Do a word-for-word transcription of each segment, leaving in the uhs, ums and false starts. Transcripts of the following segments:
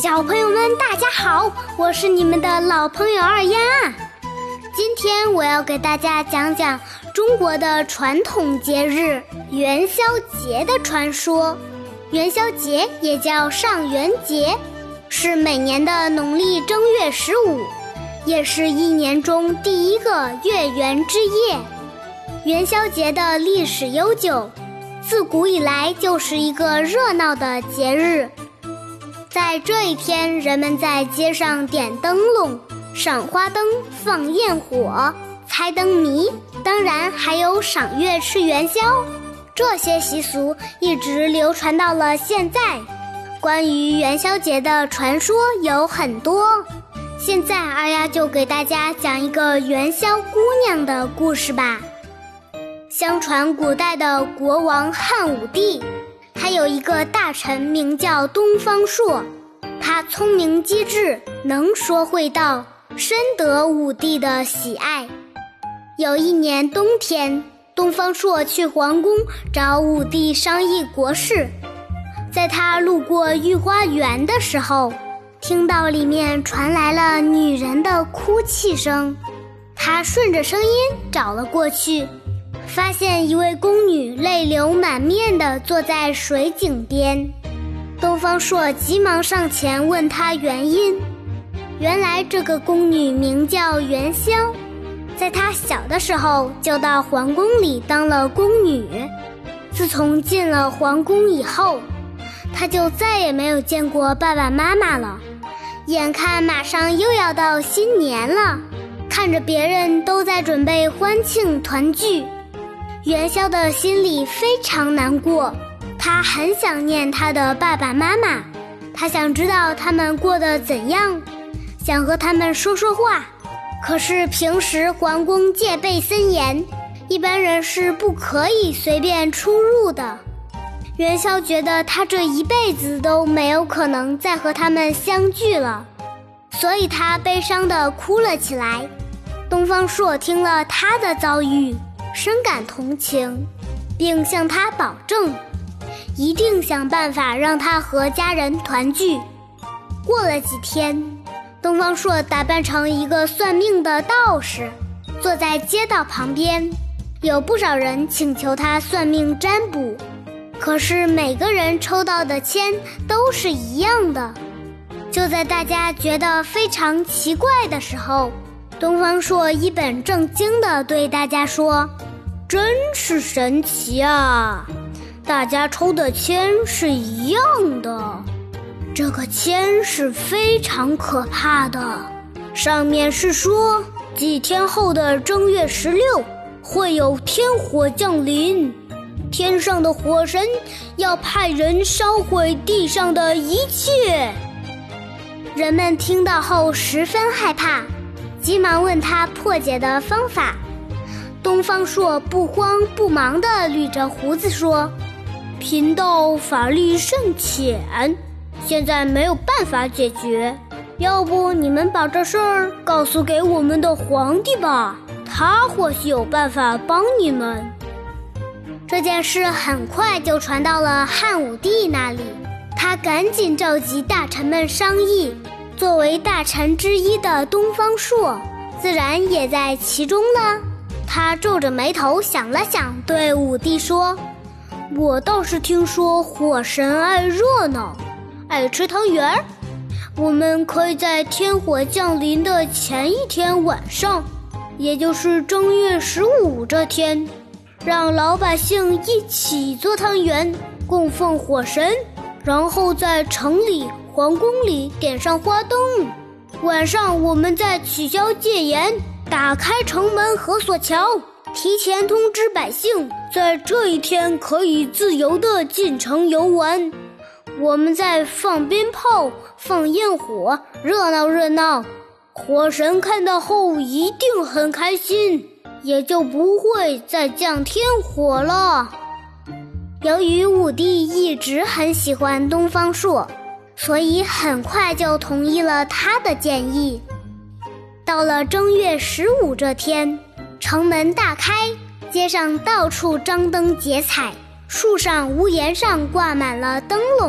小朋友们大家好，我是你们的老朋友二丫。今天我要给大家讲讲中国的传统节日元宵节的传说。元宵节也叫上元节，是每年的农历正月十五，也是一年中第一个月圆之夜。元宵节的历史悠久，自古以来就是一个热闹的节日。在这一天，人们在街上点灯笼、赏花灯、放焰火、猜灯谜，当然还有赏月吃元宵。这些习俗一直流传到了现在。关于元宵节的传说有很多，现在二丫就给大家讲一个元宵姑娘的故事吧。相传古代的国王汉武帝，他有一个大臣名叫东方朔，他聪明机智，能说会道，深得武帝的喜爱。有一年冬天，东方朔去皇宫找武帝商议国事。在他路过御花园的时候，听到里面传来了女人的哭泣声。他顺着声音找了过去，发现一位宫女泪流满面地坐在水井边。东方朔急忙上前问她原因。原来这个宫女名叫元宵，在她小的时候就到皇宫里当了宫女。自从进了皇宫以后，她就再也没有见过爸爸妈妈了。眼看马上又要到新年了，看着别人都在准备欢庆团聚，元宵的心里非常难过。他很想念他的爸爸妈妈，他想知道他们过得怎样，想和他们说说话。可是平时皇宫戒备森严，一般人是不可以随便出入的。元宵觉得他这一辈子都没有可能再和他们相聚了，所以他悲伤地哭了起来。东方朔听了他的遭遇，深感同情，并向他保证一定想办法让他和家人团聚。过了几天，东方朔打扮成一个算命的道士，坐在街道旁边，有不少人请求他算命占卜，可是每个人抽到的签都是一样的。就在大家觉得非常奇怪的时候，东方朔一本正经地对大家说，真是神奇啊，大家抽的签是一样的。这个签是非常可怕的，上面是说几天后的正月十六会有天火降临，天上的火神要派人烧毁地上的一切。人们听到后十分害怕，急忙问他破解的方法。东方朔不慌不忙地捋着胡子说，贫道法力甚浅，现在没有办法解决，要不你们把这事儿告诉给我们的皇帝吧，他或许有办法帮你们。这件事很快就传到了汉武帝那里，他赶紧召集大臣们商议。作为大臣之一的东方朔自然也在其中了。他皱着眉头想了想，对武帝说，我倒是听说火神爱热闹，爱吃汤圆，我们可以在天火降临的前一天晚上，也就是正月十五这天，让老百姓一起做汤圆，供奉火神，然后在城里、皇宫里点上花灯。晚上我们再取消戒严，打开城门和锁桥，提前通知百姓，在这一天可以自由地进城游玩。我们再放鞭炮，放焰火，热闹热闹。火神看到后一定很开心，也就不会再降天火了。由于武帝一直很喜欢东方朔，所以很快就同意了他的建议。到了正月十五这天，城门大开，街上到处张灯结彩，树上、屋檐上挂满了灯笼，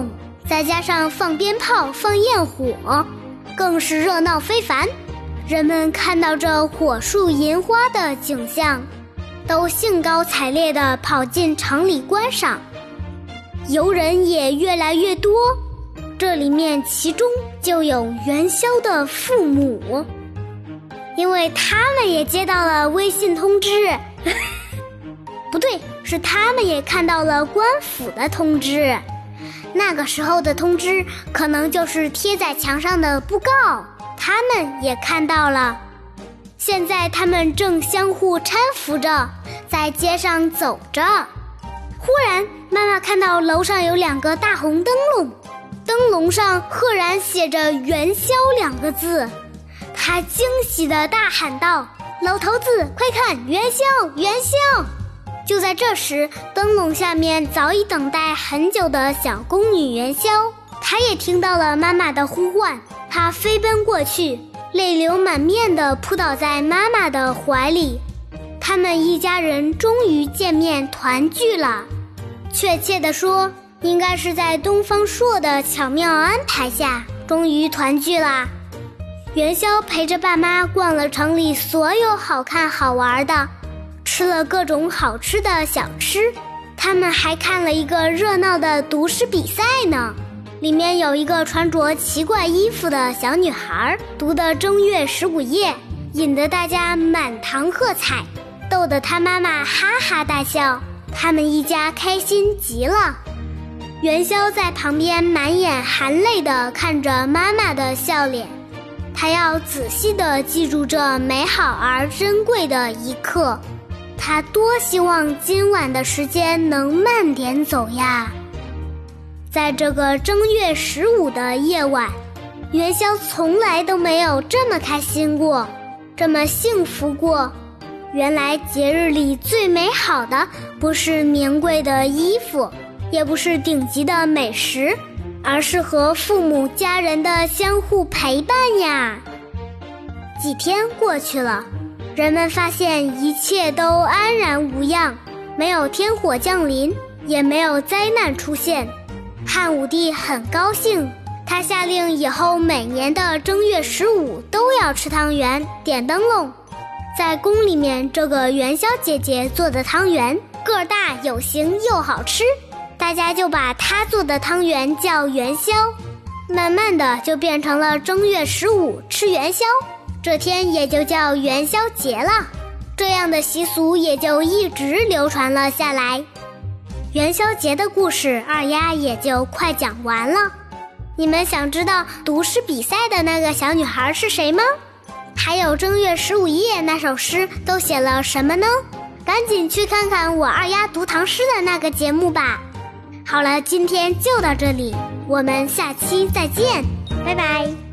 再加上放鞭炮、放焰火，更是热闹非凡。人们看到这火树银花的景象，都兴高采烈地跑进城里观赏。游人也越来越多，这里面其中就有元宵的父母，因为他们也接到了微信通知不对，是他们也看到了官府的通知。那个时候的通知可能就是贴在墙上的布告，他们也看到了。现在他们正相互搀扶着在街上走着。忽然妈妈看到楼上有两个大红灯笼，灯笼上赫然写着元宵两个字。她惊喜地大喊道：老头子，快看，元宵，元宵！就在这时，灯笼下面早已等待很久的小宫女元宵，她也听到了妈妈的呼唤，她飞奔过去，泪流满面地扑倒在妈妈的怀里。他们一家人终于见面团聚了，确切地说，应该是在东方朔的巧妙安排下，终于团聚啦。元宵陪着爸妈逛了城里所有好看好玩的，吃了各种好吃的小吃，他们还看了一个热闹的读诗比赛呢。里面有一个穿着奇怪衣服的小女孩读的正月十五夜，引得大家满堂喝彩，逗得她妈妈哈哈大笑，他们一家开心极了。元宵在旁边满眼含泪地看着妈妈的笑脸，他要仔细地记住这美好而珍贵的一刻。他多希望今晚的时间能慢点走呀。在这个正月十五的夜晚，元宵从来都没有这么开心过，这么幸福过。原来节日里最美好的不是名贵的衣服，也不是顶级的美食，而是和父母家人的相互陪伴呀。几天过去了，人们发现一切都安然无恙，没有天火降临，也没有灾难出现。汉武帝很高兴，他下令以后每年的正月十五都要吃汤圆、点灯笼。在宫里面，这个元宵姐姐做的汤圆个大有型又好吃，大家就把她做的汤圆叫元宵，慢慢的就变成了正月十五吃元宵，这天也就叫元宵节了。这样的习俗也就一直流传了下来。元宵节的故事二丫也就快讲完了。你们想知道读诗比赛的那个小女孩是谁吗？还有正月十五夜那首诗都写了什么呢？赶紧去看看我二丫读唐诗的那个节目吧。好了，今天就到这里，我们下期再见，拜拜。